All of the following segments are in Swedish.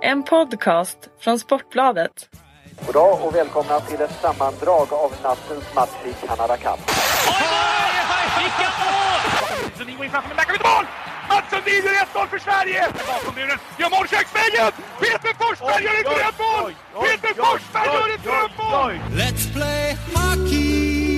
En podcast från Sportbladet. God dag och välkomna till ett sammandrag av nattens match i Canada Cup. Vilka mål! Sundin går in framför, men där kan vi inte mål! Mats Sundin gör 1-0 för Sverige! Bakom muren, gör mål köksvägen! Peter Forsberg gör ett drömmål! Peter Forsberg gör ett drömmål! Let's play hockey!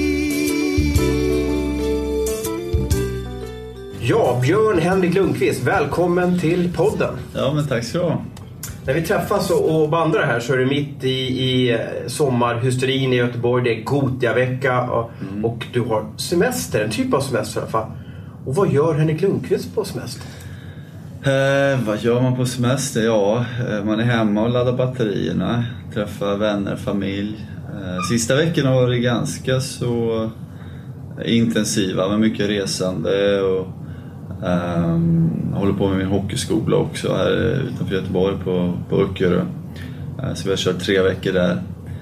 Ja, Björn Henrik Lundqvist, välkommen till podden. Ja, men tack så du ha. När vi träffas och bandar här så är det mitt i sommarhysterin i Göteborg. Det är Gotia-vecka och du har semester, en typ av semester i alla fall. Och vad gör Henrik Lundqvist på semester? Vad gör man på semester? Ja, man är hemma och laddar batterierna, träffar vänner, familj. Sista veckan har varit ganska så intensiva med mycket resande och håller på med min hockeyskola också här utanför Göteborg på Öckerö. Så vi har kört 3 veckor där.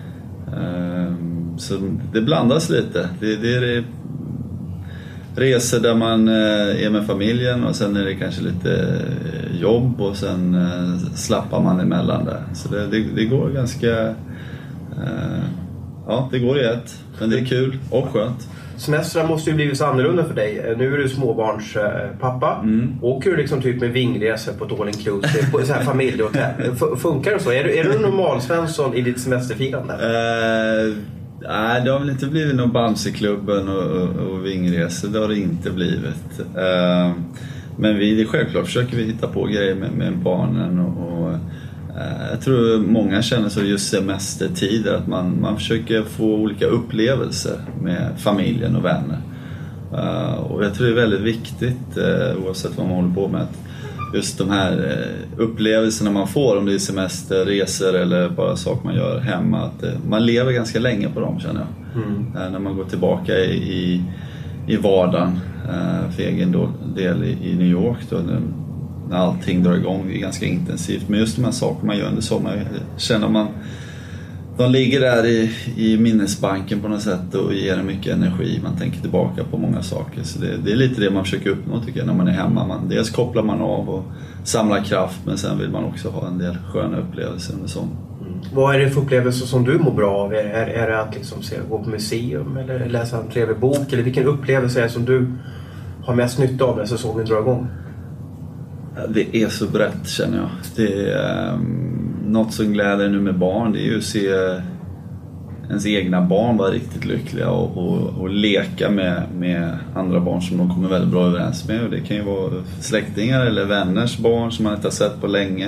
Så det blandas lite. Det är resor där man är med familjen och sen är det kanske lite jobb och sen slappar man emellan där. Så det går ganska... Ja, det går i ett. Men det är kul och skönt. Semestrar måste ju blivit så annorlunda för dig. Nu är du småbarnspappa. Åker du liksom typ med vingresor på ett all inclusive på så här familjehotell? Funkar det så? Är du en normal Svensson i ditt semesterfirande? Nej, det har väl inte blivit någon Bamseklubben och vingresor. Det har det inte blivit. Men det självklart försöker vi hitta på grejer med barnen och jag tror många känner så just semestertider att man försöker få olika upplevelser med familjen och vänner. Och jag tror det är väldigt viktigt oavsett vad man håller på med att just de här upplevelserna man får om det är semester, resor eller bara saker man gör hemma att man lever ganska länge på dem känner jag. När man går tillbaka i vardagen för egen del i New York då, när allting drar igång, det är ganska intensivt. Men just de här sakerna man gör under sommaren känner man de ligger där i minnesbanken på något sätt och ger mycket energi. Man tänker tillbaka på många saker. Så det är lite det man försöker uppnå tycker jag när man är hemma. Dels kopplar man av och samlar kraft men sen vill man också ha en del sköna upplevelser under sommaren. Vad är det för upplevelser som du mår bra av? Är det att liksom gå på museum eller läsa en trevlig bok? Eller vilken upplevelse är det som du har mest nytta av när säsongen drar igång? Det är så brett känner jag. Det är något som gläder nu med barn. Det är ju att se ens egna barn vara riktigt lyckliga och leka med andra barn som de kommer väldigt bra överens med. Och det kan ju vara släktingar eller vänners barn som man inte har sett på länge.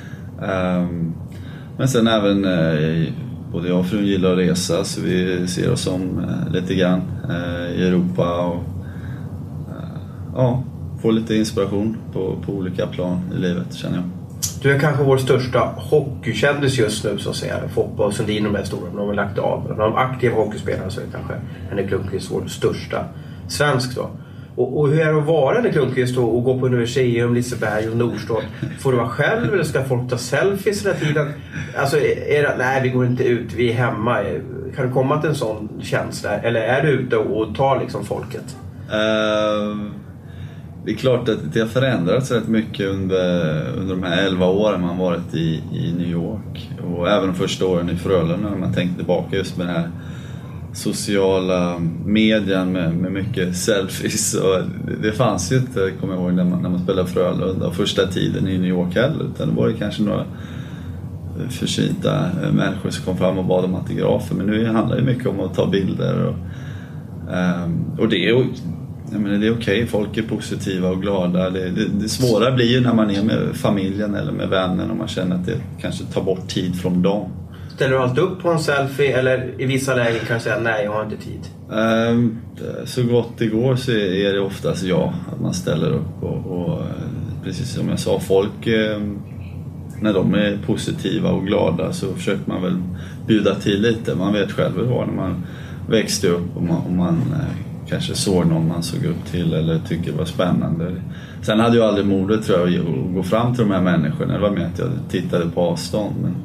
Men sen även både jag och frun gillar att resa så vi ser oss om lite grann i Europa och få lite inspiration på olika plan i livet känner jag. Du är kanske vår största hockeykändis just nu så att säga. Foppa och Sundin de är stora, men de har lagt av. Men de aktiva hockeyspelarna så är kanske Henrik Lundqvist vår största svensk då. Och hur är det att vara Henrik Lundqvist och gå på Universium, Liseberg och Norstad? Får du vara själv eller ska folk ta selfies hela tiden? Alltså nej vi går inte ut, vi är hemma. Kan det komma till en sån känsla? Eller är du ute och tar liksom folket? Det är klart att det har förändrats rätt mycket under de här 11 åren man varit i New York. Och även de första åren i Frölunda när man tänkte tillbaka just med den här sociala medien med mycket selfies. Och det fanns ju inte, kommer jag ihåg, när man spelade Frölunda första tiden i New York heller. Utan det var ju kanske några försynta människor som kom fram och bad om autografer. Men nu handlar det mycket om att ta bilder. Och det är jag menar, det är okej, folk är positiva och glada. Det svåra blir ju när man är med familjen eller med vänner och man känner att det kanske tar bort tid från dem. Ställer du alltid upp på en selfie eller i vissa lägen kan du säga nej, jag har inte tid? Så gott det går så är det oftast att man ställer upp och precis som jag sa, folk när de är positiva och glada så försöker man väl bjuda till lite. Man vet själv hur det var när man växte upp och man kanske såg någon man såg upp till eller tycker det var spännande. Sen hade jag aldrig modet tror jag att gå fram till de här människorna. Det var mer att jag tittade på avstånd. Men,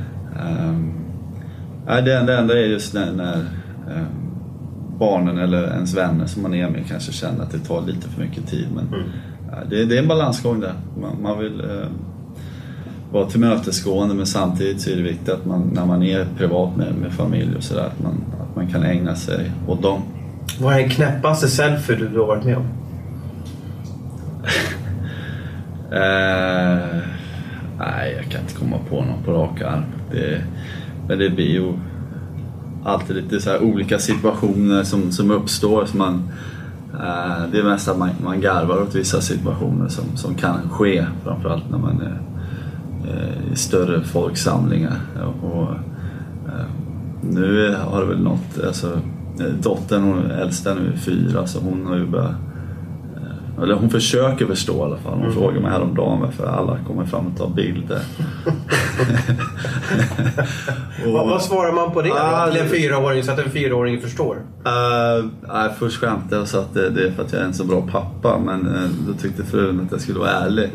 det enda är just när barnen eller ens vänner som man är med kanske känner att det tar lite för mycket tid. Men det är en balansgång där. vara tillmötesgående, men samtidigt så är det viktigt att man, när man är privat med familj och sådär, att man kan ägna sig åt dem. Vad är den knäppaste selfie du har varit med om? Nej, jag kan inte komma på någon på rak arm. Men det blir ju alltid lite så här olika situationer som uppstår. Så det är mest att man garvar åt vissa situationer som kan ske, framförallt när man är i större folksamlingar. Och nu har det väl något, alltså dottern, hon äldsta nu är 4, så hon har ju börjat, eller hon försöker förstå i alla fall. Hon frågar mig häromdagen varför alla kommer fram och tar bilder. Vad svarar man på det till en 4-åring så att en 4-åring förstår? Först skämtade jag så att det är för att jag är en så bra pappa, men då tyckte frun att jag skulle vara ärlig.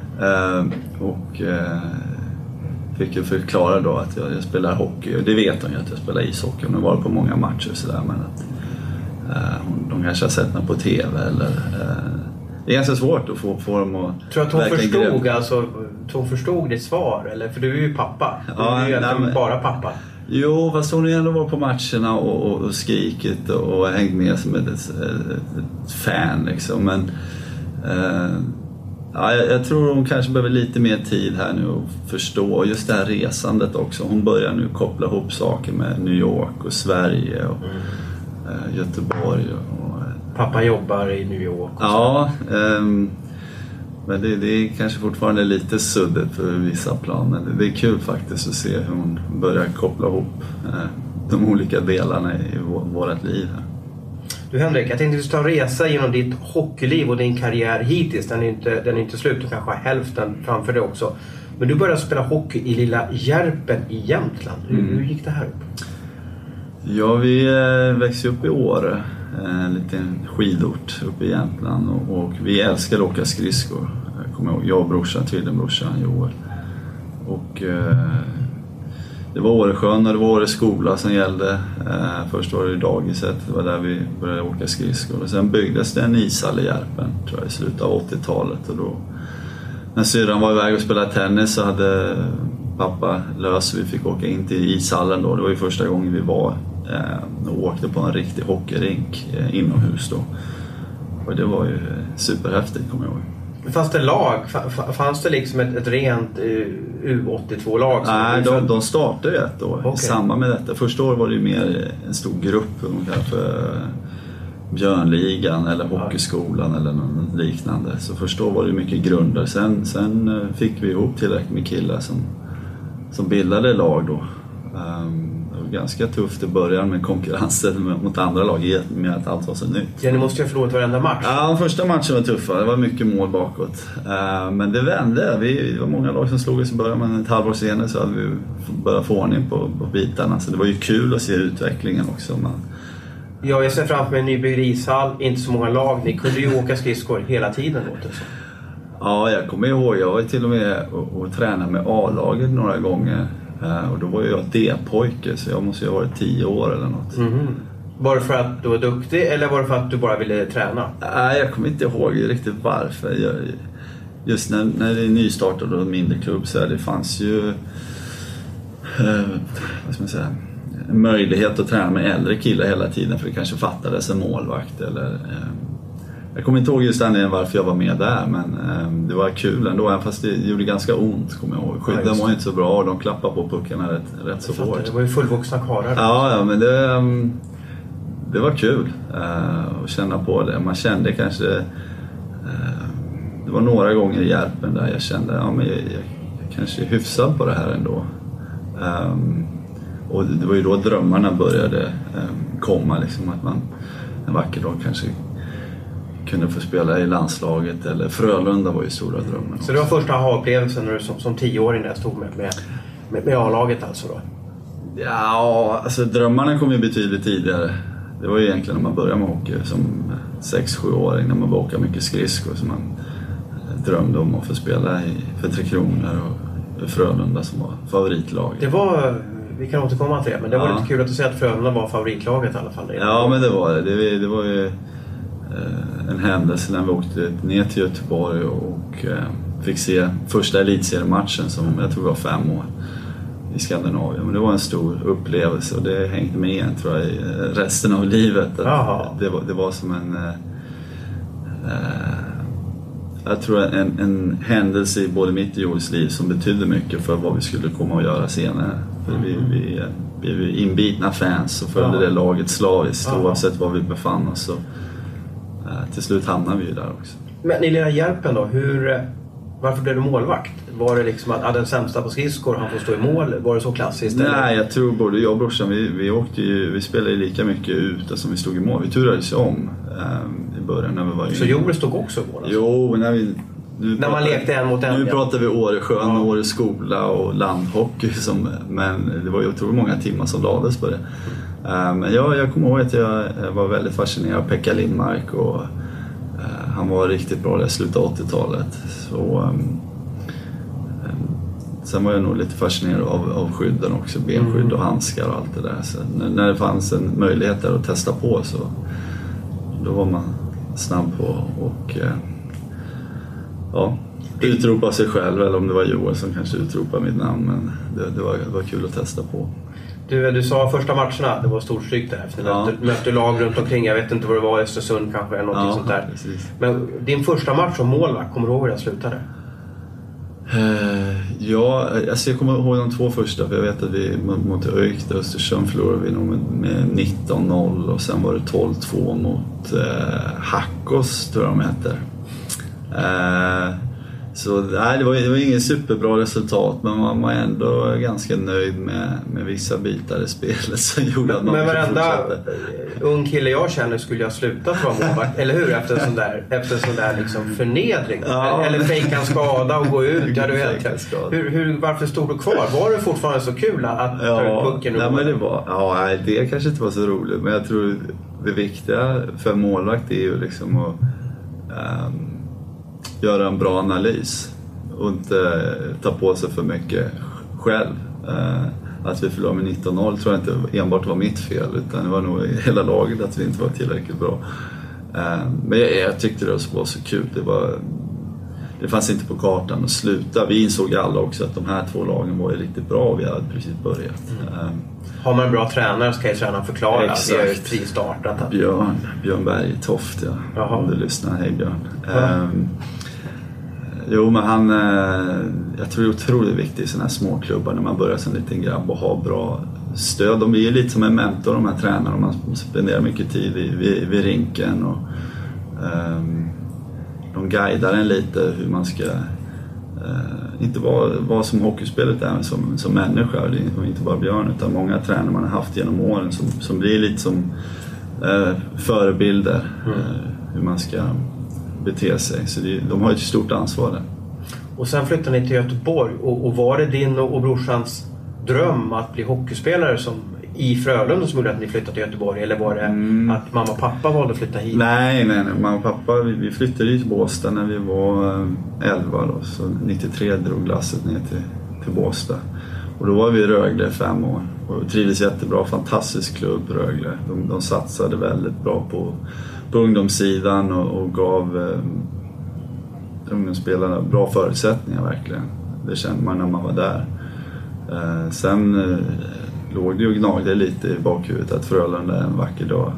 Fick ju förklara då att jag spelar hockey, och det vet hon ju att jag spelar ishockey. Hon har varit på många matcher och sådär, men att de kanske har sett mig på TV eller det är ganska svårt att få dem att... Tror att hon förstod ditt svar, eller? För du är ju pappa. Du är ju egentligen bara pappa. Jo, fast hon har ändå varit på matcherna och skrikit och hängt med som ett fan liksom. Men jag tror hon kanske behöver lite mer tid här nu att förstå just det här resandet också. Hon börjar nu koppla ihop saker med New York och Sverige och Göteborg. Pappa jobbar i New York. Ja, men det är kanske fortfarande lite suddigt för vissa plan. Men det är kul faktiskt att se hur hon börjar koppla ihop de olika delarna i vårt liv här. Du Henrik, jag tänkte att du ska resa genom ditt hockeyliv och din karriär hittills. Den är inte slut, du kanske har hälften framför dig också. Men du började spela hockey i lilla Järpen i Jämtland. Hur gick det här upp? Ja, vi växte upp i Åre, en liten skidort uppe i Jämtland, och vi älskade att åka skridskor. Jag kommer ihåg, jag och brorsan, tvillingbrorsan Joel. Och det var Åresjön och det var Åre skola som gällde. Först var det dagiset, det var där vi började åka skridskor. Och sen byggdes det en ishall i Järpen, tror jag, i slutet av 80-talet. Och då, när syrran var iväg och spelade tennis, så hade pappa löst, vi fick åka in till ishallen då. Det var ju första gången vi var och åkte på en riktig hockeyrink inomhus då. Och det var ju superhäftigt, kommer jag ihåg. Fanns det lag? Fanns det liksom ett rent U82-lag? Nej, de startade ju ett år. Okay. I samband med detta. Första år var det ju mer en stor grupp, ungefär för Björnligan eller Hockeyskolan eller något liknande. Så första år var det mycket grunder. Sen fick vi ihop tillräckligt med killar som bildade lag då. Det var ganska tufft i början med konkurrensen mot andra lag i med att allt var så nytt. Ja, ni måste ju ha förlorat varenda match. Ja, den första matchen var tuffa. Det var mycket mål bakåt. Men det vände. Det var många lag som slog oss i början, men ett halvår senare så hade vi börjat få ordning på bitarna. Så det var ju kul att se utvecklingen också. Ja, jag ser framför mig en nybyggd ishall, inte så många lag. Ni kunde ju åka skridskor hela tiden åt det så. Ja, jag kommer ihåg. Jag var till och med och tränade med A-laget några gånger. Och då var jag D-pojke, så jag måste ju ha varit 10 år eller något. Mm-hmm. Var det för att du var duktig eller var det för att du bara ville träna? Nej, jag kommer inte ihåg riktigt varför. Just när det är nystartad och mindre klubb så det fanns ju vad ska man säga, en möjlighet att träna med äldre killar hela tiden, för det kanske fattades en målvakt eller... Jag kommer inte ihåg just anledningen varför jag var med där, men det var kul ändå, även fast det gjorde ganska ont, kommer jag ihåg. Skydden var inte så bra och de klappade på puckarna rätt så hårt. Det var ju fullvuxna karlar. Ja, men det var kul att känna på det. Man kände kanske... det var några gånger i Järpen där jag kände men jag kanske är hyfsad på det här ändå. Och det var ju då drömmarna började komma, liksom, att man en vacker dag kanske kunde få spela i landslaget, eller Frölunda var ju stora drömmar. Så det var första aha-upplevelsen när du som 10-åring där stod med A-laget alltså då? Ja, alltså drömmarna kom ju betydligt tidigare. Det var ju egentligen när man började med hockey som 6-7-åring, när man bara åkade mycket skridskor, så man drömde om att få spela för 3 Kronor och Frölunda som var favoritlaget. Det var... Vi kan återkomma till det, men det var lite kul att du säger att Frölunda var favoritlaget i alla fall. Ja, men det var det. Det var ju en händelse när vi åkte ner till Göteborg och fick se första elitseriematchen som jag tror var 5 år i Skandinavien. Men det var en stor upplevelse och det hängde med igen tror jag i resten av livet. Det var som en jag tror en händelse i både mitt och Joels liv som betydde mycket för vad vi skulle komma att göra senare. För vi blev inbitna fans och följde det laget slaviskt oavsett var vi befann oss. Så, till slut hamnade vi ju där också. Men i lilla Järpen då, varför blev du målvakt? Var det liksom att den sämsta på skridskor han får stå i mål? Var det så klassiskt? Nej, eller? Jag tror både jag och brorsan vi spelade lika mycket ute som vi stod i mål. Vi turades om i början när vi var så Joel stod också i mål? Alltså? Jo, när man lekte en mot en. Nu pratar vi Åresjön, Åre skola och landhockey men det var ju otroligt många timmar som lades på det. Men jag kommer ihåg att jag var väldigt fascinerad av Pekka Lindmark och han var riktigt bra i slutet av 80-talet. Så, sen var jag nog lite fascinerad av skydden också, benskydd och handskar och allt det där. Så när det fanns en möjlighet där att testa på så då var man snabb på och utropa sig själv, eller om det var Joel som kanske utropade mitt namn, men det var kul att testa på. Du sa första matcherna, det var stort stryk där efter mötte lag runt omkring, jag vet inte vad det var, Östersund kanske eller något sånt där. Precis. Men din första match som målvakt, kommer du ihåg hur det slutade? Alltså jag kommer ihåg de 2 första, för jag vet att vi mot ÖIK, Östersund förlorade vi nog med 19-0 och sen var det 12-2 mot Hackås tror jag de heter. Så nej, det var ingen superbra resultat, men man var ändå ganska nöjd med vissa bitar i spelet som gjorde att man men varenda ung kille jag känner skulle jag sluta vara målvakt, eller hur? Efter en sån där liksom förnedring. Eller fejka en skada och gå ut. Varför stod du kvar? Var det fortfarande så kul att ta ut pucken? Det kanske inte var så roligt, men jag tror det viktiga för målvakt är ju liksom att göra en bra analys och inte ta på sig för mycket själv. Att vi förlorade med 19-0 tror jag inte enbart var mitt fel, utan det var nog hela laget att vi inte var tillräckligt bra. Men jag tyckte det var så kul. Det fanns inte på kartan att sluta. Vi insåg alla också att de här 2 lagen var riktigt bra och vi hade precis börjat. Har man en bra tränare ska ju tränaren förklara. Exakt. Det är ju fristartat. Björn Bergtoft, om du lyssnar. Hej Björn. Men jag tror det är otroligt viktigt i sådana här småklubbar när man börjar som en liten grabb och ha bra stöd. De är ju lite som en mentor, de här tränarna. Man spenderar mycket tid vid rinken och de guidar en lite hur man ska inte vara som hockeyspelet är som människa. Det är inte bara Björn utan många tränare man har haft genom åren som blir lite som förebilder hur man ska bete sig. Så de har ett stort ansvar där. Och sen flyttade ni till Göteborg och var det din och brorsans dröm att bli hockeyspelare som i Frölunda som gjorde att ni flyttade till Göteborg, eller var det att mamma och pappa valde att flytta hit? Nej, mamma och pappa vi flyttade till Båstad när vi var 11 då, så 93 drog lasset ner till Båstad. Och då var vi i Rögle 5 år och trivdes jättebra, fantastisk klubb Rögle. De satsade väldigt bra på ungdomssidan och gav ungdomsspelarna bra förutsättningar verkligen. Det kände man när man var där. Sen låg det ju gnagde lite i bakhuvudet att Frölunda en vacker dag.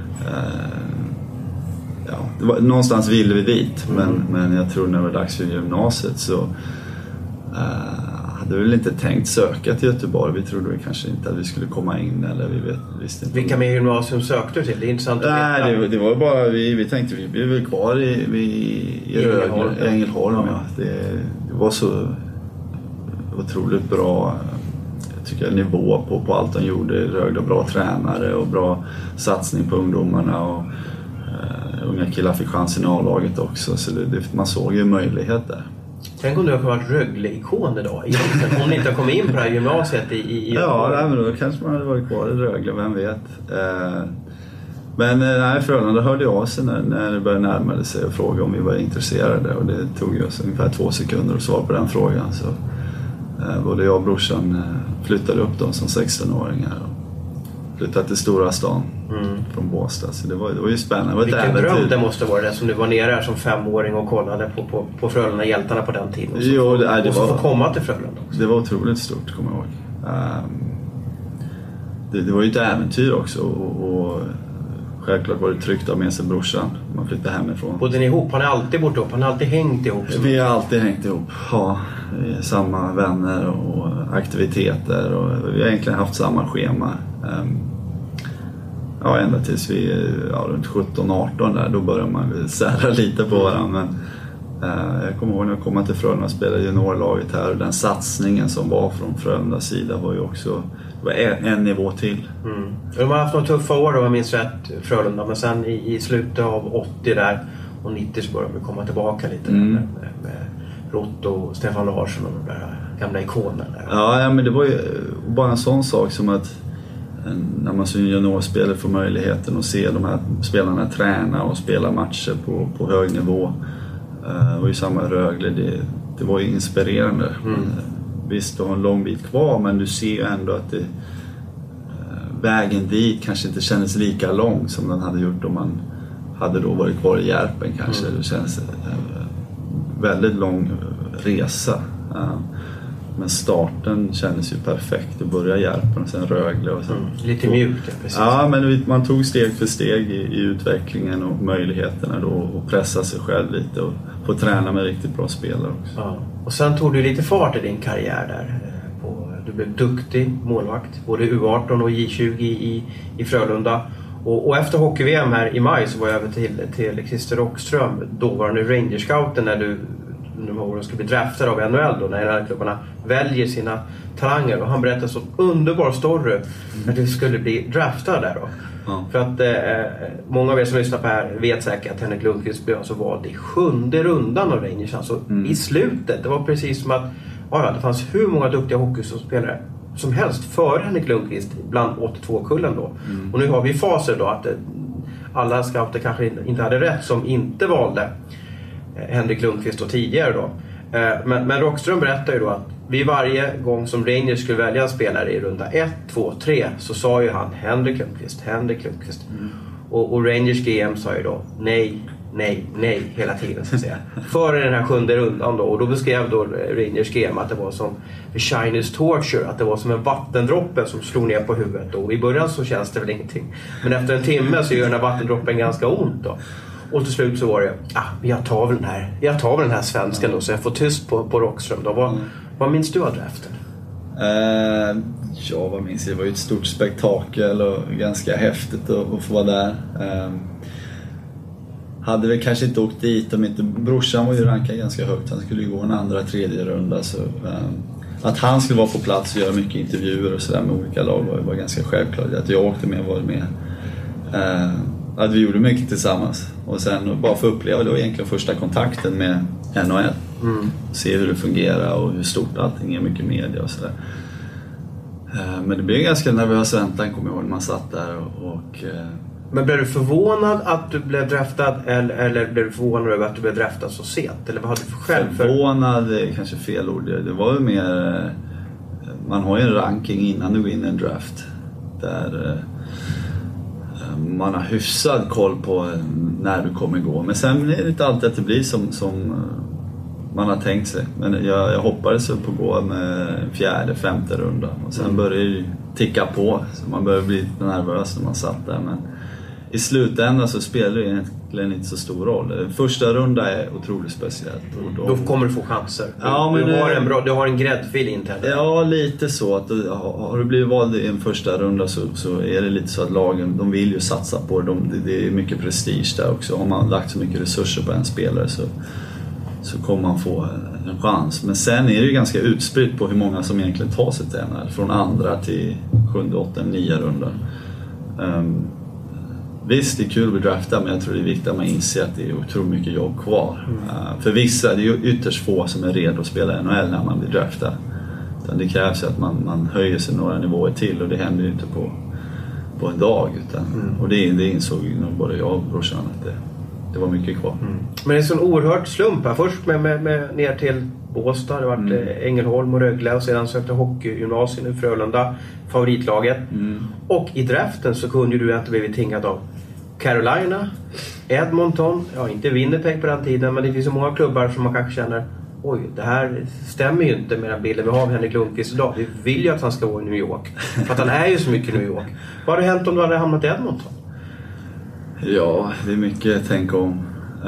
Någonstans ville vi dit, men jag tror när det var dags för gymnasiet så hade vi väl inte tänkt söka till Göteborg. Vi trodde vi kanske inte att vi skulle komma in, eller visste inte. Vilka med gymnasium sökte du till? Det är intressant att veta. Nej, det var bara vi tänkte vi blev väl kvar i Ängelholm. Ja. Det var så otroligt bra, jag tycker, nivå på allt de gjorde. Rögle, bra tränare och bra satsning på ungdomarna, och unga killar fick chansen i A-laget också, så man såg ju möjligheter. Tänk om du har varit Rögle-ikon idag, om ni inte har kommit in på det här gymnasiet i ja, men då kanske man hade varit kvar i Rögle, vem vet. Men nej, Frölunda hörde jag av sig när det började närma sig och frågade om vi var intresserade, och det tog oss ungefär 2 sekunder att svara på den frågan. Så både jag och brorsan flyttade upp dem som 16-åringar. flyttade till stora stan från Båstad. Så det var ju spännande. Det var vilken dröm det måste vara det som du var nere här som 5-åring och kollade på Frölunda hjältarna på den tiden. Jo, det var, få komma till Frölunda också. Det var otroligt stort, kommer jag ihåg. Det var ju ett äventyr också och självklart var det tryggt av med sig brorsan. Man flyttade hemifrån. Bodde ni ihop? Har ni alltid bott ihop? Har ni alltid hängt ihop? Vi har alltid hängt ihop. Ja, samma vänner och aktiviteter. Och vi har egentligen haft samma schema. Ja, ända tills vi runt 17-18 där. Då börjar man sära lite på varandra. Men jag kommer ihåg när jag kom till Frölunda och spelade juniorlaget här. Och den satsningen som var från Frölundas sida var ju också... Det var en nivå till. De har haft några tuffa år då, jag minns rätt, Frölunda. Men sen i slutet av 80 där och 90 så började vi komma tillbaka lite med Rott och Stefan Larsson och de där gamla ikonerna. Ja, men det var ju bara en sån sak som att när man som juniorspelare får möjligheten att se de här spelarna träna och spela matcher på hög nivå. Det var ju samma Rögle, det var ju inspirerande. Visst, du har en lång bit kvar, men du ser ju ändå att vägen dit kanske inte kändes lika lång som den hade gjort om man hade då varit kvar i Järpen kanske. Det känns väldigt lång resa. Men starten kändes ju perfekt. Du började Järpen och sen Rögle. Och sen, lite mjukt, precis. Ja, men man tog steg för steg i utvecklingen och möjligheterna då att pressa sig själv lite och få träna med riktigt bra spelare också. Ja. Och sen tog du lite fart i din karriär där. Du blev duktig målvakt, både U18 och J20 i Frölunda. Och efter hockey-VM här i maj så var jag över till Christer Rockström, dåvarande Rangers-scouten, när du de åren skulle bli draftad av NHL då, när klubbarna väljer sina talanger. Och han berättade så underbar story när du skulle bli draftad där då. Ja. För att många av er som lyssnar på här vet säkert att Henrik Lundqvist blev alltså vald i 7:e rundan av Rangers. Alltså i slutet. Det var precis som att det fanns hur många duktiga hockeyspelare som helst före Henrik Lundqvist bland 82-kullen då. Och nu har vi faser då att alla scouter kanske inte hade rätt som inte valde Henrik Lundqvist och tidigare då. Men Rockström berättar ju då att vid varje gång som Rangers skulle välja en spelare i runda 1, 2, 3 så sa ju han Henrik Lundqvist. Och Rangers GM sa ju då nej hela tiden så att säga. Före den här 7:e rundan då. Och då beskrev då Rangers GM att det var som Shiner's torture. Att det var som en vattendroppe som slog ner på huvudet. Och i början så känns det väl ingenting. Men efter en timme så gör den här vattendroppen ganska ont då. Och till slut så var det jag tar väl den här svensken då, så jag får tyst på Rockström då. Vad minns du av draften? Vad minns jag? Det var ju ett stort spektakel och ganska häftigt att få vara där. Hade vi kanske inte åkt dit om inte brorsan var ju rankad ganska högt. Han skulle ju gå en andra, tredje runda. Så, att han skulle vara på plats och göra mycket intervjuer och sådär med olika lag var ganska självklart. Att jag åkte med var med. Att vi gjorde mycket tillsammans. Och sen bara få uppleva, det var egentligen första kontakten med NHL. Se hur det fungerar och hur stort allting är, mycket media och sådär. Men det blev ganska nervös väntan, kommer jag ihåg, när man satt där och Men blev du förvånad att du blev draftad eller blev du förvånad över att du blev draftad så sent? Eller vad hade du för själv för? Förvånad är kanske fel ord. Det var ju mer, man har ju en ranking innan du går in i en draft där man har hyfsad koll på när du kommer gå. Men sen är det inte alltid att det blir som man har tänkt sig. Men jag hoppades på att gå med 4:e, 5:e runda. Och sen började det ticka på. Så man började bli lite nervös när man satt där. Men i slutändan så spelar det egentligen inte så stor roll. Första runda är otroligt speciellt. Då kommer du få chanser. Ja, men du har en gräddfil in till det. Ja, lite så. Att har du blivit vald i en första runda så är det lite så att lagen, de vill ju satsa på det. Det är mycket prestige där också. Har man lagt så mycket resurser på en spelare så kommer man få en chans. Men sen är det ju ganska utspritt på hur många som egentligen tar sig till NHL. Från andra till 7:e, 8:e, 9:e rundan. Visst, det är kul att bli draftad, men jag tror det är viktigt att man inser att det är otroligt mycket jobb kvar. För vissa, det är ju ytterst få som är redo att spela NHL när man blir draftad. Utan det krävs att man höjer sig några nivåer till, och det händer ju inte på en dag. Och det insåg nog både jag och brorsan att det var mycket kvar. Men det är en sån oerhört slump här. Först med ner till Båstad, det var Ängelholm och Rögle och sedan sökte hockeygymnasiet i Frölunda, favoritlaget. Och i draften så kunde du inte blivit tingad av Carolina, Edmonton, inte Winnipeg på den tiden, men det finns så många klubbar som man kanske känner oj, det här stämmer ju inte med den bilden vi har av Henrik Lundqvist idag. Vi vill ju att han ska vara i New York. För att han är ju så mycket i New York. Vad hade hänt om du hade hamnat i Edmonton? Ja, det är mycket att tänka om.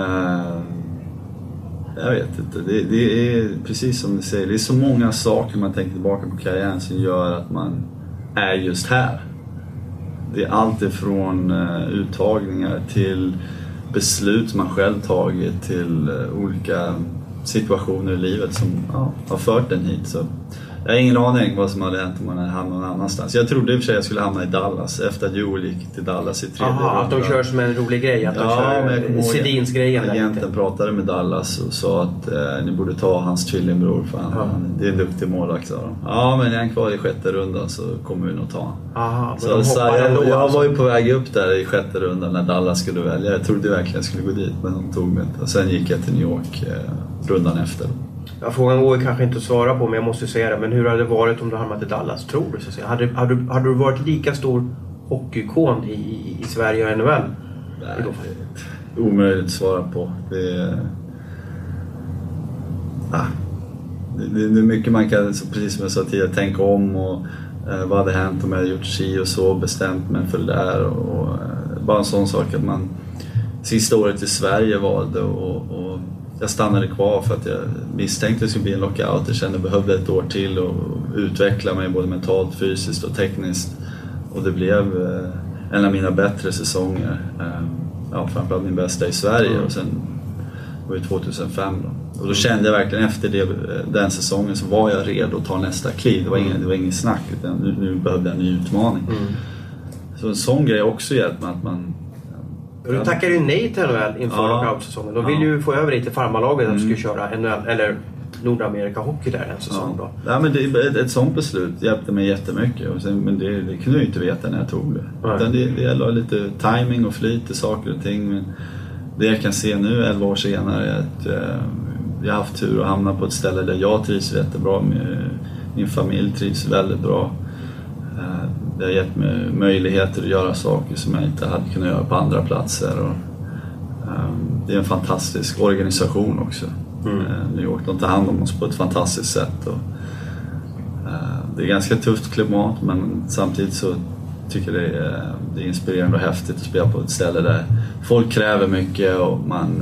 Jag vet inte. Det är precis som du säger. Det är så många saker man tänker tillbaka på karriären som gör att man är just här. Det är allt ifrån uttagningar till beslut man själv tagit till olika situationer i livet som har fört den hit. Så jag har ingen aning vad som hade hänt om man hade hamnat någon annanstans. Jag trodde i och för sig jag skulle hamna i Dallas efter att Joel gick till Dallas i tredje rundan. Att de kör som en rolig grej, att de kör Sedins-grejen. Agenten pratade med Dallas och sa att ni borde ta hans tvillingbror för det är en duktig målvakt. Ja, men är han kvar i sjätte rundan så kommer vi nog ta honom. Jag var ju på väg upp där i sjätte rundan när Dallas skulle välja. Jag trodde verkligen jag skulle gå dit, men de tog mig inte. Och sen gick jag till New York rundan efter. Ja, frågan går ju kanske inte att svara på, men jag måste säga det. Men hur hade det varit om du hamnat i Dallas, tror du? Så att säga? Hade du varit lika stor hockeyikon i Sverige och NHL? Nej, omöjligt att svara på. Det är mycket man kan, precis som jag sa tidigare, tänka om och vad hade hänt om jag hade gjort si och så, bestämt mig för det där. Och bara en sån sak att man sista året i Sverige valde och jag stannade kvar för att jag misstänkte att det skulle bli en lockout. Jag kände att jag behövde ett år till och utveckla mig både mentalt, fysiskt och tekniskt. Och det blev en av mina bättre säsonger. Framförallt min bästa i Sverige. Och sen var det 2005 då. Och då kände jag verkligen efter den säsongen så var jag redo att ta nästa kliv. Det var ingen snack, utan nu behövde jag en ny utmaning. Så en sån grej också hjälpt mig att man... Du tackade ju nej till NHL inför lockout-säsongen. De vill ju få över dig till farmarlaget att du skulle köra NHL eller Nordamerika hockey där en säsong då. Ja, men ett sånt beslut hjälpte mig jättemycket. Men det kunde jag inte veta när jag tog det. Utan det gäller lite timing och flyt i saker och ting. Men det jag kan se nu 11 år senare är att jag har haft tur att hamna på ett ställe där jag trivs jättebra. Min familj trivs väldigt bra. Det har gett mig möjligheter att göra saker som jag inte hade kunnat göra på andra platser. Och, det är en fantastisk organisation också. New York, de tar hand om oss på ett fantastiskt sätt. Och, det är ganska tufft klimat, men samtidigt så tycker jag det är inspirerande och häftigt att spela på ett ställe där folk kräver mycket och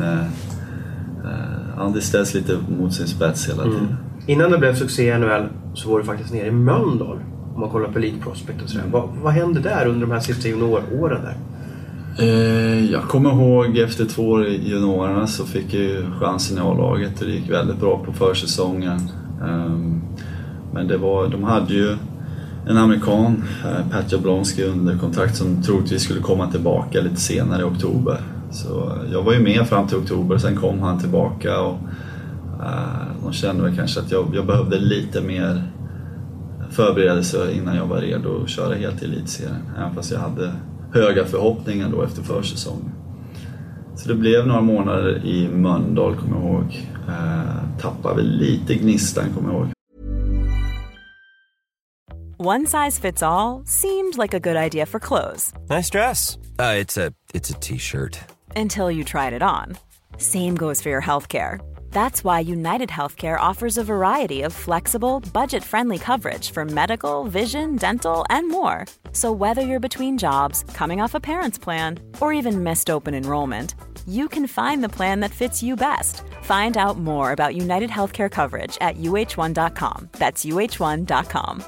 det ställs lite mot sin spets hela tiden. Innan det blev succé i NHL så var du faktiskt nere i Mölndal. Om man kollar på Elite Prospect och sådär. Vad hände där under de här sista junioråren där? Jag kommer ihåg efter 2 år i juniorerna så fick jag chansen i A-laget och det gick väldigt bra på försäsongen. Men de hade ju en amerikan, Pat Jablonski, under kontrakt som troligtvis skulle komma tillbaka lite senare i oktober. Så jag var ju med fram till oktober, sen kom han tillbaka och de kände väl kanske att jag behövde lite mer förberedelse innan jag var redo att köra helt i elitserien. Även fast jag hade höga förhoppningar då efter försäsongen. Så det blev några månader i Mölndal, kommer jag ihåg. Tappade väl lite gnistan, kommer jag ihåg. One size fits all seemed like a good idea for clothes. Nice dress. It's a t-shirt. Until you tried it on. Same goes for your healthcare. That's why United Healthcare offers a variety of flexible, budget-friendly coverage for medical, vision, dental, and more. So whether you're between jobs, coming off a parent's plan, or even missed open enrollment, you can find the plan that fits you best. Find out more about United Healthcare coverage at uh1.com. That's uh1.com.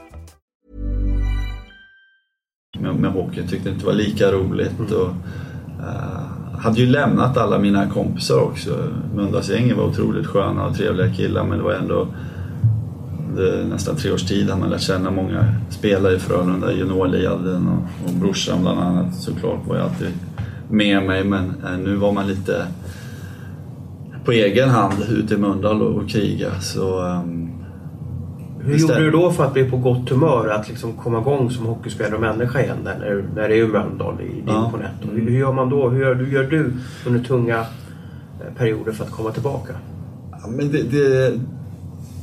Med hockey tyckte inte det var lika roligt och hade ju lämnat alla mina kompisar också. Mölndalsgänget var otroligt sköna och trevliga killar, men det var ändå nästan 3 års tid hade man lärt känna många spelare i Frölunda, juniorleden och brorsan bland annat såklart var jag alltid med mig, men nu var man lite på egen hand ute i Mölndal och kriga. Så hur gjorde du då för att bli på gott humör att liksom komma igång som hockeyspelare och människa igen när det är Mölndal i division 1? Hur gör man då? Hur gör du under tunga perioder för att komma tillbaka? Ja, men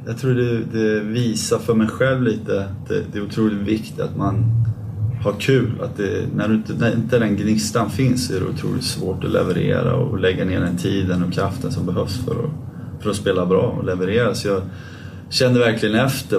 Jag tror det visar för mig själv lite att det är otroligt viktigt att man har kul. Att när inte den gnistan finns så är det otroligt svårt att leverera och lägga ner den tiden och kraften som behövs för att spela bra och leverera. Så jag kände verkligen efter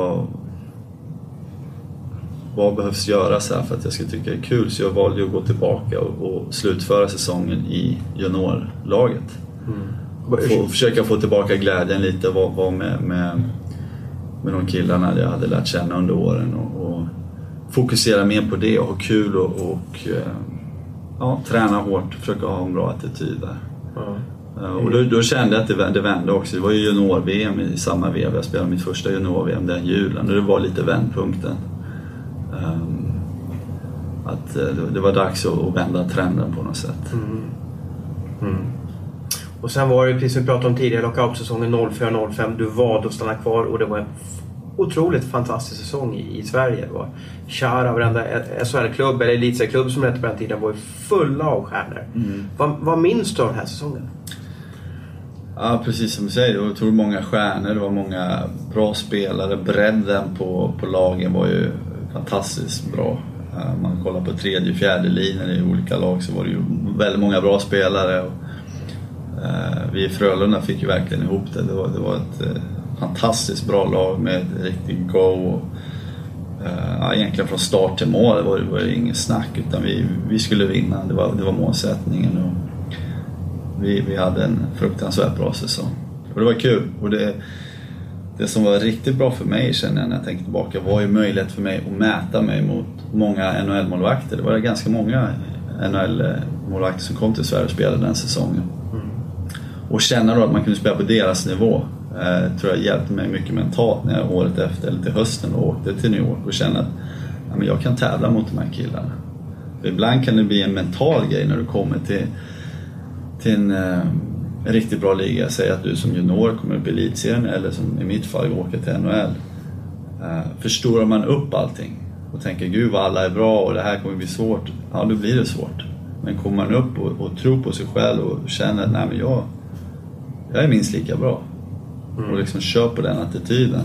vad behövs göras här för att jag ska tycka det är kul. Så jag valde att gå tillbaka och slutföra säsongen i juniorlaget. Och försöka få tillbaka glädjen lite, vara med de killarna jag hade lärt känna under åren och fokusera mer på det och ha kul och träna hårt, försöka ha en bra attityd där. Och då kände jag att det vände också. Det var ju junior-VM i samma vev. Jag spelade mitt första junior-VM den julen och det var lite vändpunkten. Att det var dags att vända trenden på något sätt. Och sen var det, precis som vi pratade om tidigare, lockout-säsongen 04-05. Du valde att stanna kvar och det var en otroligt fantastisk säsong i Sverige. Det var Chara, varenda SHL-klubb eller elitseriklubb som det hette på den tiden var ju fulla av stjärnor. Vad minns du av den här säsongen? Ja, precis som du säger. Det var otroligt många stjärnor. Det var många bra spelare. Bredden på lagen var ju fantastiskt bra. Man kollar på tredje och fjärde linjen i olika lag så var det ju väldigt många bra spelare. Och vi i Frölunda fick ju verkligen ihop det. Det var ett fantastiskt bra lag med ett riktigt go. Egentligen från start till mål var det ingen snack utan vi skulle vinna. Det var målsättningen och vi hade en fruktansvärt bra säsong. Och det var kul. Och det som var riktigt bra för mig känner jag när jag tänkte tillbaka var ju möjlighet för mig att mäta mig mot många NHL-målvakter. Det var ganska många NHL-målvakter som kom till Sverige och spelade den säsongen. Och känna då att man kunde spela på deras nivå tror jag hjälpte mig mycket mentalt när jag året efter eller till hösten åkte till New York och kände att jag kan tävla mot de här killarna. För ibland kan det bli en mental grej när du kommer till en riktigt bra liga. Säg att du som junior kommer upp i elitserien eller som i mitt fall åker till NHL. Förstorar man upp allting och tänker gud vad alla är bra och det här kommer bli svårt. Ja, då blir det svårt. Men kommer man upp och tror på sig själv och känner att jag är minst lika bra och liksom kör på den attityden,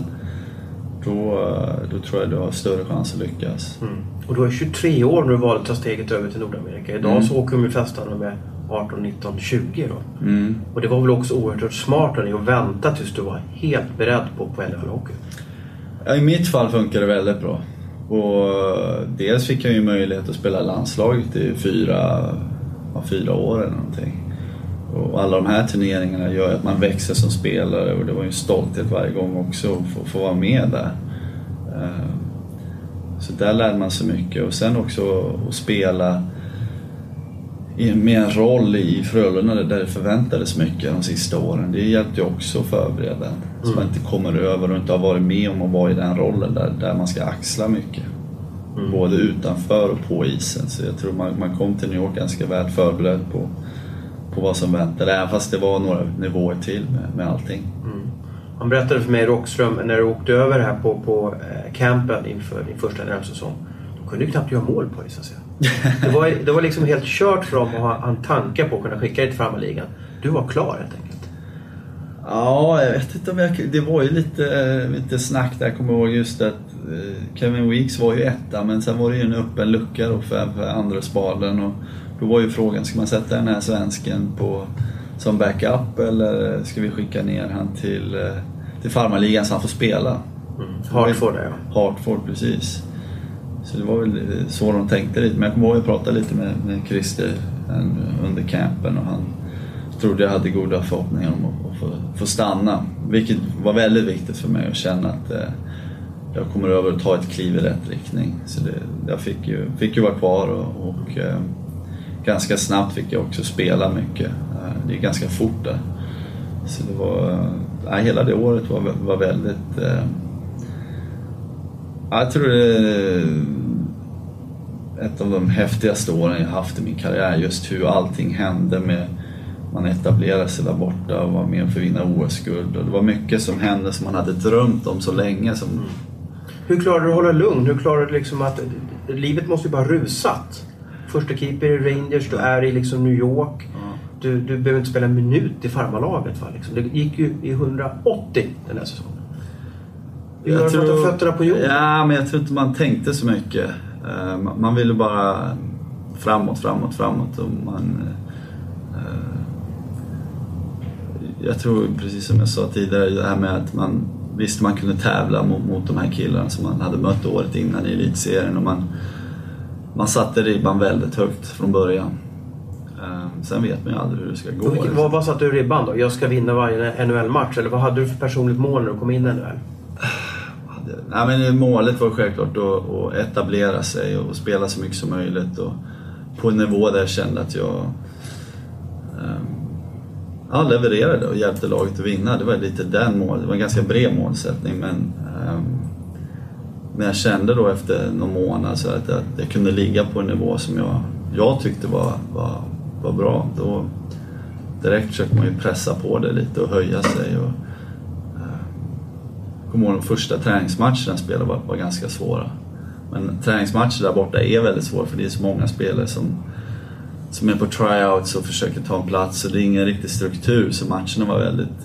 då tror jag du har större chans att lyckas. Och du är 23 år när du valde att ta steget över till Nordamerika. Idag så åker de flesta med 18, 19, 20 då. Och det var väl också oerhört smart av dig att vänta tills du var helt beredd på NHL-hockey. Ja, i mitt fall funkar det väldigt bra. Och dels fick jag ju möjlighet att spela landslaget i 4 år eller någonting. Och alla de här turneringarna gör att man växer som spelare och det var ju en stolthet varje gång också att få vara med där. Så där lärde man sig mycket och sen också att spela med en roll i Frölunda där det förväntades mycket de sista åren. Det hjälpte ju också att förbereda. Så man inte kommer över och inte har varit med om att vara i den rollen där man ska axla mycket. Både utanför och på isen. Så jag tror man kom till New York ganska väl förberedd på vad som väntade. Även fast det var några nivåer till med allting. Han berättade för mig, Rockström, när du åkte över här på campen inför din första NHL-säsong. Då kunde du knappt göra mål på dig så att säga. Det var liksom helt kört för dem att ha en tanke på att kunna skicka dig till farmarligan. Du var klar helt enkelt. Ja, jag vet inte om det var ju lite snack där. Jag kommer ihåg just att Kevin Weeks var ju etta, men sen var det ju en öppen lucka då för andra spaden och då var ju frågan, ska man sätta den här svensken som backup eller ska vi skicka ner han till farmarligan så han får spela? Hartford, ja. Hartford, precis. Så det var väl så de tänkte lite. Men jag kommer ihåg att jag pratade lite med Christer under campen och han trodde jag hade goda förhoppningar om att få stanna. Vilket var väldigt viktigt för mig att känna att jag kommer över att ta ett kliv i rätt riktning. Så jag fick ju vara kvar och ganska snabbt fick jag också spela mycket. Det är ganska fort där. Så det var, hela det året var väldigt... jag tror det är ett av de häftigaste åren jag haft i min karriär. Just hur allting hände med... Man etablerade sig där borta och var med och förvinna OS-guld. Och det var mycket som hände som man hade drömt om så länge. Hur klarar du att hålla lugn? Hur klarar du liksom att... Livet måste ju bara rusat. Första keeper i Rangers, du är i liksom New York. Du behöver inte spela en minut i farmarlaget. Va? Liksom. Det gick ju i 180 den här säsongen. Du har fått fötterna på jorden. Ja, men jag tror inte man tänkte så mycket. Man ville bara framåt. Och jag tror, precis som jag sa tidigare, det här med att man visste man kunde tävla mot de här killarna som man hade mött året innan i elitserien. Och man satte ribban väldigt högt från början. Sen vet man ju aldrig hur det ska gå. Vad satte du ribban då? Jag ska vinna varje NHL-match. Eller vad hade du för personligt mål när du kom in i NHL? Nej, men målet var självklart att etablera sig och spela så mycket som möjligt. Och på en nivå där jag kände att jag levererade och hjälpte laget att vinna. Det var lite den målet. Det var en ganska bred målsättning. Men jag kände då efter någon månad så att jag kunde ligga på en nivå som jag tyckte var bra. Då direkt försökte man ju pressa på det lite och höja sig. Och kom ihåg de första träningsmatcherna jag spelade var ganska svåra. Men träningsmatcher där borta är väldigt svåra för det är så många spelare som är på tryouts och försöker ta en plats. Och det är ingen riktig struktur så matcherna var väldigt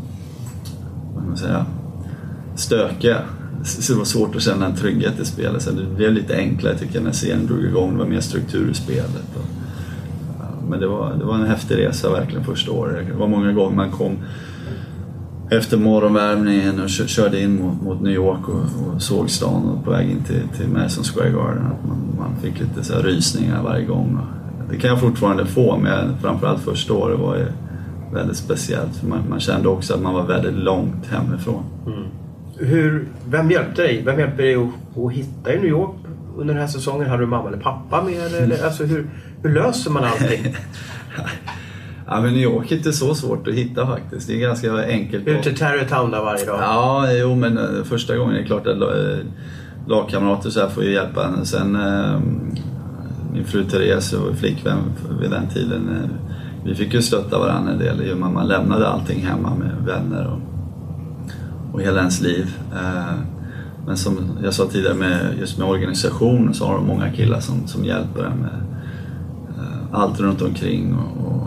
stökiga. Så det var svårt att känna en trygghet i spelet. Så det blev lite enklare tycker jag när serien drog igång. Det var mer struktur i spelet. Men det var en häftig resa verkligen första året. Det var många gånger man kom efter morgonvärmningen och körde in mot New York och såg stan och på väg in till Madison Square Garden. Att man fick lite så här rysningar varje gång. Det kan jag fortfarande få, men framförallt första året var det väldigt speciellt. För man kände också att man var väldigt långt hemifrån. Vem hjälpte dig? Vem hjälpte dig att hitta i New York under den här säsongen? Hade du mamma eller pappa med? Eller, alltså, hur löser man allting? Ja, men New York är inte så svårt att hitta faktiskt. Det är ganska enkelt. Ut till Tarrytown där varje dag? Ja, jo, men första gången är det klart att lagkamrater så här får ju hjälpa en. Sen min fru Therese och flickvän vid den tiden, vi fick ju stötta varandra en del. Man lämnade allting hemma med vänner och hela ens liv. Men som jag sa tidigare med organisation så har de många killar som hjälper en med allt runt omkring och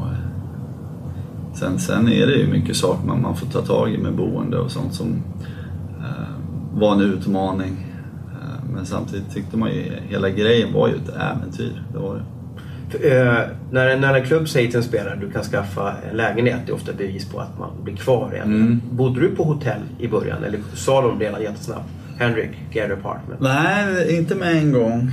sen är det ju mycket saker man får ta tag i med boende och sånt som var en utmaning. Men samtidigt tyckte man ju hela grejen var ju ett äventyr. Det var det. När en klubb säger till en spelare du kan skaffa en lägenhet, det är ofta bevis på att man blir kvar. Bodde du på hotell i början eller sa de redan jättesnabbt? Henrik, get an apartment? Nej, inte med en gång.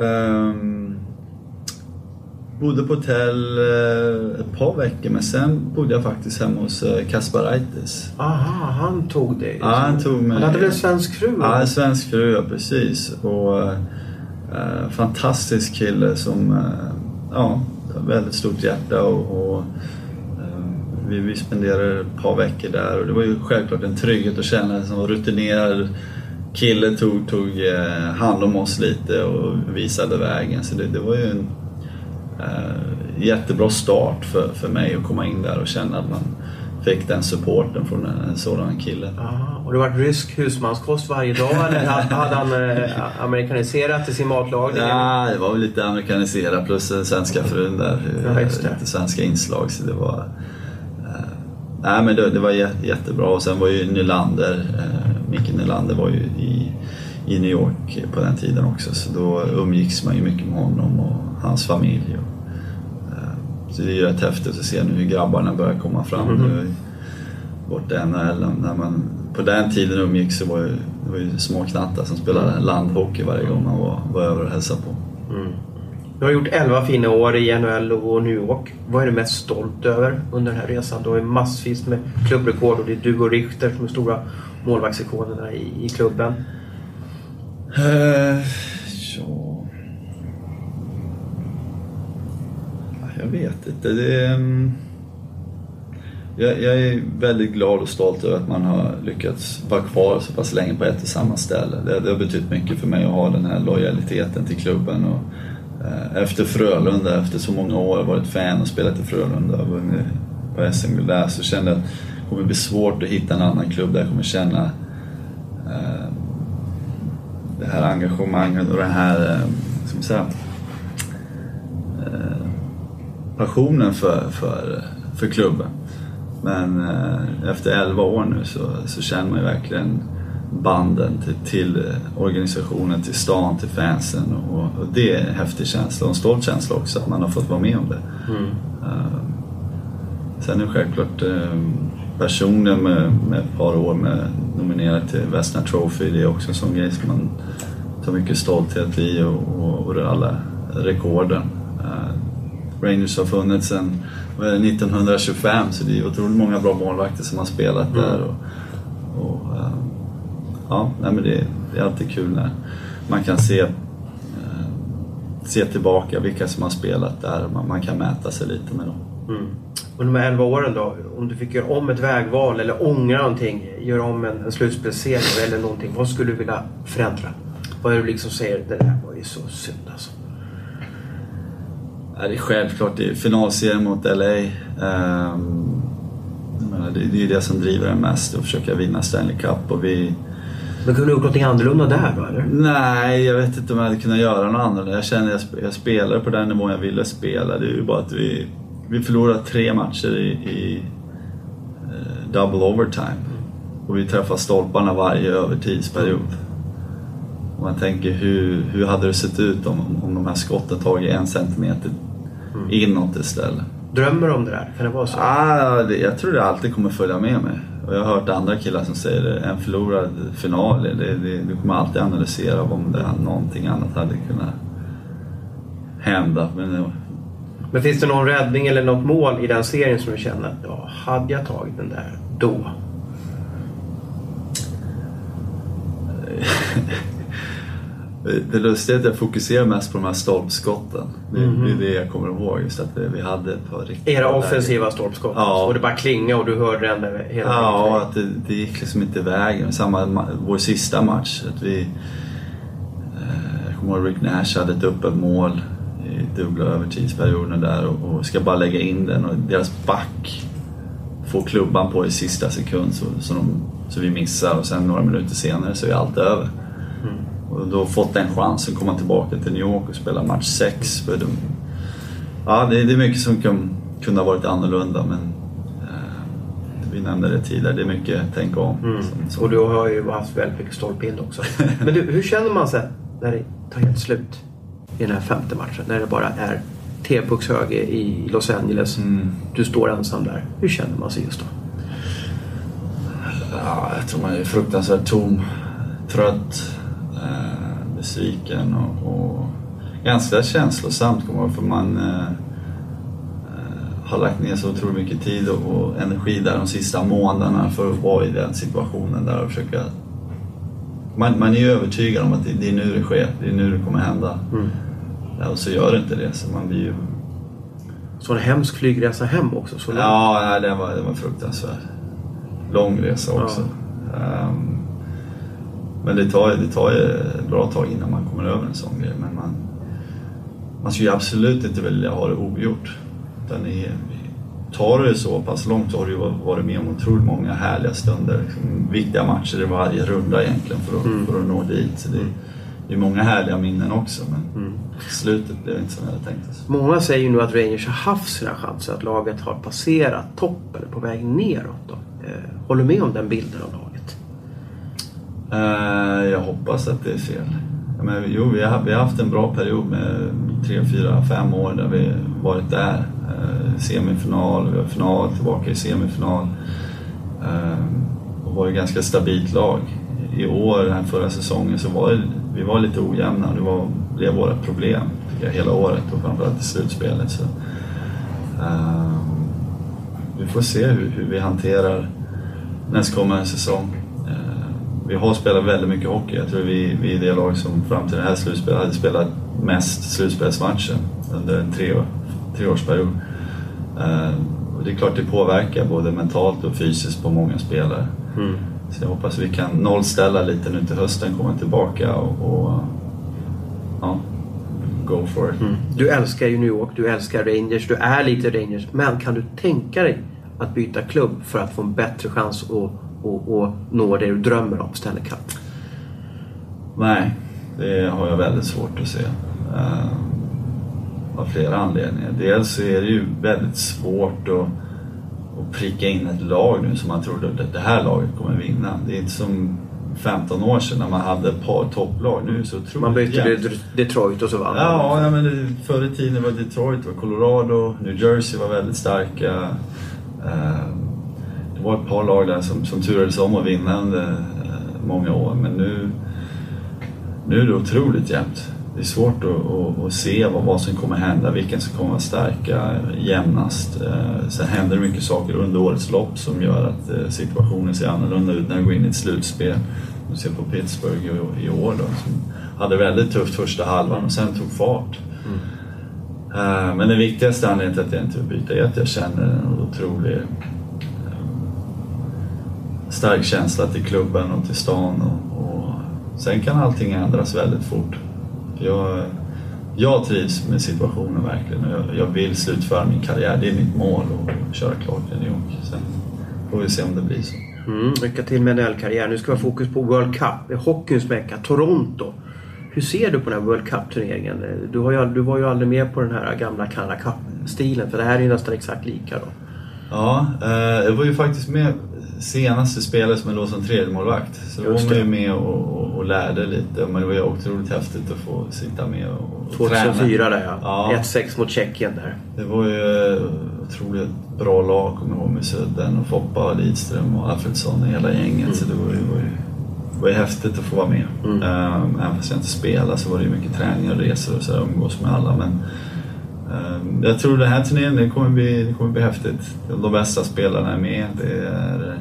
Bodde på hotell ett par veckor, men sen bodde jag faktiskt hemma hos Kasparaitis. Aha, han tog det. Ja, han tog mig. Han hade väl en svensk fru? Ja, en svensk fru, ja, precis. Och fantastisk kille som väldigt stort hjärta och vi spenderade ett par veckor där och det var ju självklart en trygghet att känna som var rutinerad kille tog hand om oss lite och visade vägen, så det var ju en jättebra start för mig att komma in där och känna att man fick den supporten från en sådan kille. Och det var rysk husmanskost varje dag eller hade han amerikaniserat till sin matlagning? Ja, det var väl lite amerikaniserat plus den svenska frun där, lite svenska inslag, så det var men det var jättebra. Och sen var ju Nylander, Micke Nylander var ju i New York på den tiden också, så då umgicks man ju mycket med honom och hans familj. Så det är ju rätt häftigt att se nu hur grabbarna börjar komma fram nu borta i NHL. När man på den tiden umgicks så det var ju små knattar som spelade landhockey varje gång man var över och hälsade på. Du har gjort 11 fina år i NHL och New York. Vad är du mest stolt över under den här resan? Du har ju massvis med klubbrekord och det är du och Richter som är stora målvaktsikonerna i klubben. Jag vet inte. Jag är väldigt glad och stolt över att man har lyckats vara kvar så pass länge på ett och samma ställe. Det har betytt mycket för mig att ha den här lojaliteten till klubben. Och efter Frölunda, efter så många år varit fan och spelat i Frölunda och vunnit på SM där, så kände jag att det kommer bli svårt att hitta en annan klubb där jag kommer känna det här engagemanget och det här passionen för klubben. Men efter 11 år nu så känner man ju verkligen banden till organisationen, till stan, till fansen, och det är en häftig känsla och en stolt känsla också att man har fått vara med om det. Sen är det självklart personen med ett par år med nominerad till Vesna Trophy, det är också en sån grej som man tar mycket stolthet i, och alla rekorden. Rangers har funnits sedan 1925, så det är otroligt många bra målvakter som har spelat där, men det är alltid kul när man kan se tillbaka vilka som har spelat där, man kan mäta sig lite med dem. Och de här 11 åren då, om du fick göra om ett vägval eller ångra någonting, göra om en slutspelsserie eller någonting, vad skulle du vilja förändra? Vad är det du liksom säger, det där var ju så synd alltså? Det är självklart, det är finalserien mot LA. Det är ju det som driver en mest, att försöka vinna Stanley Cup. Men kunde du gjort något annorlunda där då, eller? Nej, jag vet inte om jag hade kunnat göra något annorlunda. Jag känner att jag spelar på den nivån jag ville spela. Det är ju bara att vi förlorar 3 matcher i double overtime. Och vi träffar stolparna varje övertidsperiod. Och man tänker, hur hade det sett ut om de här skotten tagit 1 centimeter inåt istället? Drömmer du om det där? Kan det vara så? Jag tror det alltid kommer följa med mig. Och jag har hört andra killar som säger det, en förlorad final, du kommer alltid analysera om det någonting annat hade kunnat hända. Men finns det någon räddning eller något mål i den serien som du känner att hade jag tagit den där då? Det lustiga är att jag fokuserar mest på de här stolpskotten. Det är det jag kommer ihåg. Just att vi hade ett par riktigt... Era offensiva stolpskott. Ja. Och det bara klinga och du hörde den där hela tiden. Ja, att det gick liksom inte vägen. Vår sista match. Att jag kommer ihåg Rick Nash hade ett öppet mål i dubbla övertidsperioden där. Och ska bara lägga in den. Och deras back får klubban på i sista sekund. Så vi missar. Och sen några minuter senare så är allt över. Och då fått en chans att komma tillbaka till New York och spela match 6. Det är mycket som kunde ha varit annorlunda, men vi nämnde det tidigare, det är mycket att tänka om. Och du har ju haft väldigt mycket stolpbild också. Men hur känner man sig när det tar helt slut i den här 5:e matchen? När det bara är T-puckshög i Los Angeles. Du står ensam där. Hur känner man sig just då? Jag tror man är fruktansvärt tom, trött, besviken och ganska känslosamt, för man har lagt ner så otroligt mycket tid och energi där de sista månaderna för att vara i den situationen där och försöka. Man är ju övertygad om att det är nu det sker, det är nu det kommer hända. Och så gör det inte det, så man blir ju... Så en hemsk flygresa hem också? Så ja, det var fruktansvärt. Lång resa också. Men det tar ju ett bra tag innan man kommer över en sån grej. Men man skulle ju absolut inte vilja ha det ogjort. Tar det så pass långt så har du varit med om otroligt många härliga stunder. Liksom, viktiga matcher i varje runda egentligen för att nå dit. Så det är många härliga minnen också. Men slutet blev inte som jag hade tänkt. Många säger ju nu att Rangers har haft sina chanser. Att laget har passerat toppen på väg neråt då. Håller du med om den bilden av laget? Jag hoppas att det är fel. Men, vi har haft en bra period med 3, 4, 5 år där vi varit där. Semifinal, final, tillbaka i semifinal. Och var ju ganska stabilt lag. I år, den förra säsongen, så var vi var lite ojämna. Det blev våra problem tycker jag, hela året och framförallt i slutspelet. Så, vi får se hur vi hanterar nästkommande säsong. Vi har spelat väldigt mycket hockey. Jag tror vi är det lag som fram till det här slutspelet hade spelat mest slutspelsmatcher under en 3-årsperiod. Och det är klart det påverkar både mentalt och fysiskt på många spelare. Så jag hoppas vi kan nollställa lite nu till hösten, komma tillbaka och go for it. Du älskar ju New York, du älskar Rangers, du är lite Rangers. Men kan du tänka dig att byta klubb för att få en bättre chans och nå det du drömmer om, Stanley Cup? Nej, det har jag väldigt svårt att se. Av flera anledningar. Dels så är det ju väldigt svårt att pricka in ett lag nu som man tror att det här laget kommer vinna. Det är inte som 15 år sedan när man hade ett par topplag. Nu är det så otroligt man bytte jämnt. Detroit och så vann. Ja, men förr i tiden var Detroit, var Colorado, New Jersey var väldigt starka. Det var ett par lag där som turades om att vinna under många år. Men nu är det otroligt jämnt. Det är svårt att se vad som kommer hända, vilken som kommer att stärka jämnast. Sen händer det mycket saker under årets lopp som gör att situationen ser annorlunda ut när det går in i ett slutspel. Du ser på Pittsburgh i år då, som hade väldigt tufft första halvan och sen tog fart. Men den viktigaste anledningen till att jag inte vill byta är att jag känner en otrolig stark känsla till klubben och till stan. Och sen kan allting ändras väldigt fort. Jag trivs med situationen verkligen och jag vill slutföra min karriär. Det är mitt mål att köra klart i New York. Sen får vi se om det blir så. Lycka till med NHL-karriär. Nu ska vi ha fokus på World Cup. Hockeyns mecka, Toronto. Hur ser du på den här World Cup-turneringen? Du var ju aldrig med på den här gamla Canada Cup-stilen. För det här är ju nästan exakt lika då. Ja, jag var ju faktiskt med senaste spelet som jag låg som tredje målvakt. Så då var man ju med och lärde lite. Men det var ju otroligt häftigt att få sitta med och 2004 träna. där ja. 1-6 mot Tjeckien där. Det var ju otroligt bra lag. Kommer ihåg med Söden och Foppa, Lidström och Alfredsson och hela gänget. Så det var ju häftigt att få vara med. Även fast jag inte spelade så var det ju mycket träning och resor och så där, umgås med alla. Men jag tror den här turneringen det kommer bli häftigt. De bästa spelarna är med. Det är,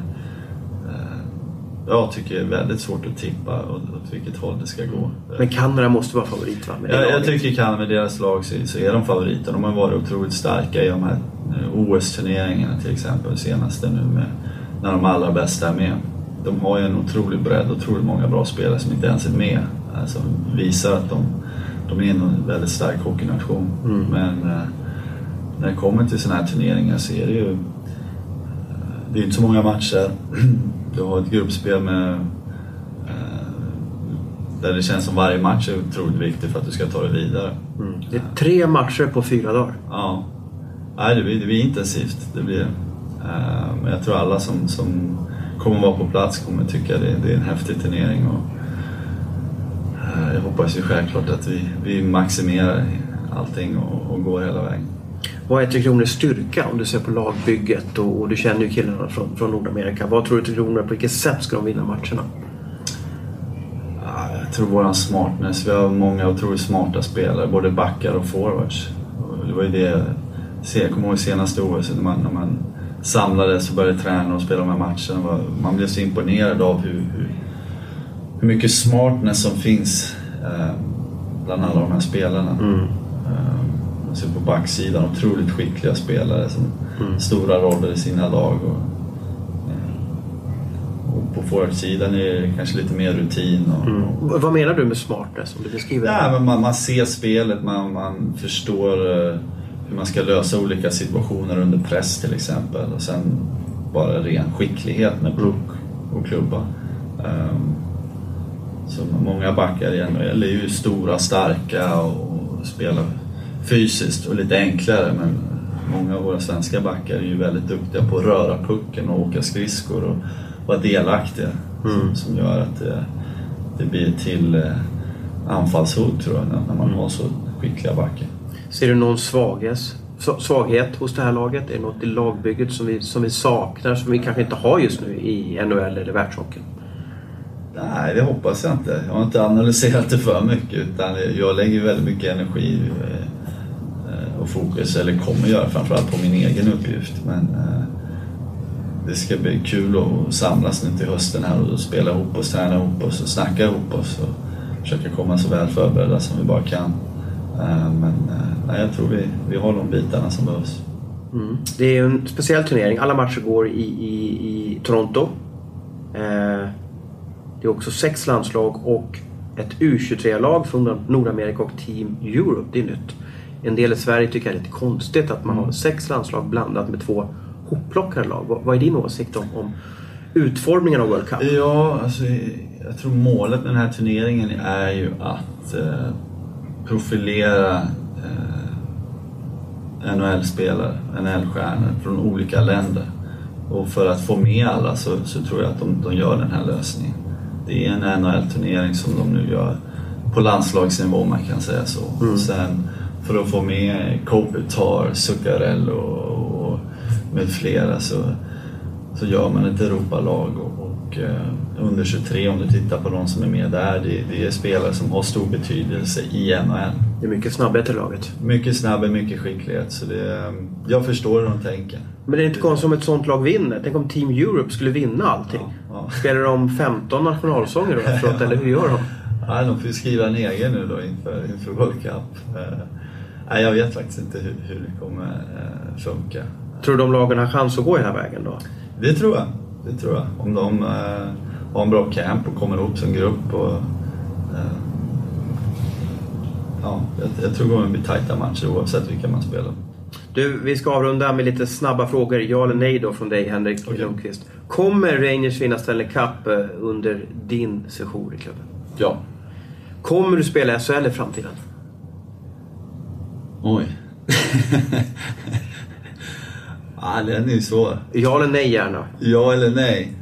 jag tycker det är väldigt svårt att tippa åt vilket håll det ska gå. Men Kanada måste vara favorit va? Jag tycker Kanada med deras lag så är de favoriter. De har varit otroligt starka i de här OS-turneringarna till exempel senaste nu när de allra bästa är med. De har ju en otrolig bredd och otroligt många bra spelare som inte ens är med. Alltså visar att de är en väldigt stark hockeynation. Men när det kommer till såna här turneringar så är det är inte så många matcher. Du har ett gruppspel där det känns som varje match är otroligt viktig för att du ska ta dig vidare. Det är 3 matcher på 4 dagar. Ja, nej, det blir intensivt. Det blir. Men jag tror alla som kommer vara på plats kommer tycka det är en häftig turnering. Och jag hoppas ju självklart att vi maximerar allting och går hela vägen. Vad är Tre Kronors styrka om du ser på lagbygget och du känner ju killarna från Nordamerika? Vad tror du Tre Kronor, på vilket sätt ska de vinna matcherna? Jag tror våran smartness. Vi har många otroligt smarta spelare, både backar och forwards. Och det var ju det jag kommer ihåg senaste året när man samlades och började träna och spela de här matcherna. Man blev så imponerad av hur mycket smartness som finns bland alla de här spelarna. Man ser på backsidan otroligt skickliga spelare som stora roller i sina lag. Och på forwardsidan är det kanske lite mer rutin. Vad menar du med smartness? Om du beskriver det? Ja, men man ser spelet, man förstår hur man ska lösa olika situationer under press till exempel. Och sen bara ren skicklighet med puck och klubba. Så många backar i NHL är ju stora, starka och spelar fysiskt och lite enklare. Men många av våra svenska backar är ju väldigt duktiga på att röra pucken och åka skridskor och vara delaktiga. Som gör att det blir till anfallshot tror jag när man har så skickliga backar. Ser du någon svaghet hos det här laget? Är det något i lagbygget som vi saknar, som vi kanske inte har just nu i NHL eller världshockeyn? Nej, det hoppas jag inte. Jag har inte analyserat det för mycket, utan jag lägger väldigt mycket energi och fokus, eller kommer göra framförallt på min egen uppgift. Men det ska bli kul att samlas nu till hösten här och spela ihop oss, träna ihop oss och snacka ihop oss och försöka komma så väl förberedda som vi bara kan. Men jag tror vi har de bitarna som behövs. Det är en speciell turnering. Alla matcher går i Toronto. Det är också 6 landslag och ett U23-lag från Nordamerika och Team Europe. Det är nytt. En del i Sverige tycker jag är lite konstigt att man har 6 landslag blandat med 2 hopplockade lag. Vad är din åsikt om utformningen av World Cup? Ja, alltså, jag tror målet med den här turneringen är ju att profilera NHL-spelare, NHL-stjärnor från olika länder. Och för att få med alla så tror jag att de gör den här lösningen. det är en NHL-turnering som de nu gör på landslagsnivå, man kan säga så. Och sen för att få med Kopitar, Zuccarello och med flera så gör man ett Europalag och under 23, om du tittar på de som är med där, det är spelare som har stor betydelse i NHL. Det är mycket snabbhet i laget. Mycket snabbhet, mycket skicklighet. Så jag förstår hur de tänker. Men det är inte konstigt om ett sånt lag vinner. Tänk om Team Europe skulle vinna allting. Ja. Spelar de 15 nationalsånger då efteråt, eller hur gör de? Nej, de får ju skriva en egen nu då inför World Cup. Nej, jag vet faktiskt inte hur det kommer funka. Tror du de lagen har chans att gå i den här vägen då? Det tror jag. Om de har en bra camp och kommer ihop som grupp. Jag tror det kommer bli tajta matcher oavsett vilka man spelar. Du, vi ska avrunda med lite snabba frågor. Ja eller nej då från dig, Henrik Lundqvist. Kommer Rangers vinna Stanley Cup under din session i klubben? Ja. Kommer du spela SHL i framtiden? Oj. Den är ju svår. Ja eller nej gärna? Ja eller nej?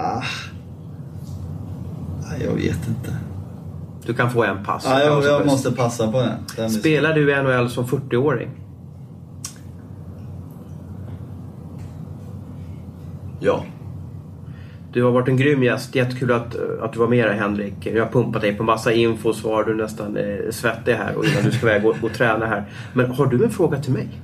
Jag vet inte. Du kan få en pass. Jag måste passa på den. Spelar du i NHL som 40-åring? Ja. Du har varit en grym gäst. Jättekul att du var med här, Henrik. Jag har pumpat dig på massa info, svar. Du är nästan svettig här och innan du ska iväg och träna här. Men har du en fråga till mig?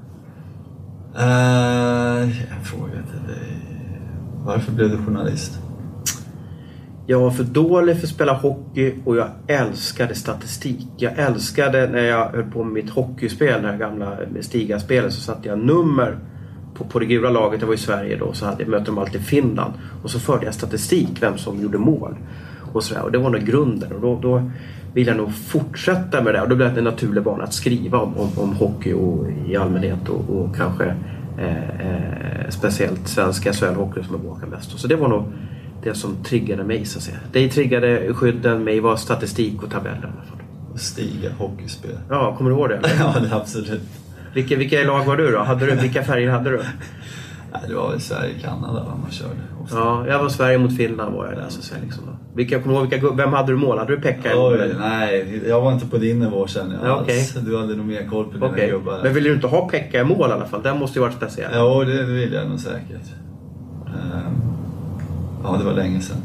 En fråga till dig. Varför blev du journalist? Jag var för dålig för att spela hockey och jag älskade statistik. Jag älskade när jag höll på med mitt hockeyspel, det här gamla Stiga-spelet, så satte jag nummer på det gula laget. Jag var i Sverige då, så mötte de alltid Finland. Och så förde jag statistik, vem som gjorde mål. Och det var nog grunden. Och då vill jag nog fortsätta med det. Och då blev det en naturlig bana att skriva om hockey och i allmänhet. Och kanske speciellt svenska SHL-hockey som är bakom bäst. Så det var nog det som triggade mig, så att säga. Det triggade skydden, mig var statistik och tabeller i alla fall. Stiga hockeyspel. Ja, kommer du ihåg det? Ja, det är absolut. Vilka lag var du då? Vilka färger hade du? Det var väl Sverige-Kanada man körde ofta. Ja, jag var Sverige mot Finland var jag där, så att säga, liksom då. Vem hade du mål? Hade du Pekka? Nej, jag var inte på din nivå, känner jag. Okay. Du hade nog mer koll på dina gubbar. Men vill du inte ha Pekka i mål i alla fall? Den måste ju varit speciell. Ja, det vill jag nog säkert. Ja, det var länge sedan.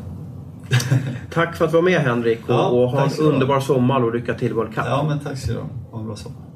Tack för att du var med, Henrik. Och ha en underbar sommar och lycka till World Cup. Ja, men tack så du ha. Ha en bra sommar.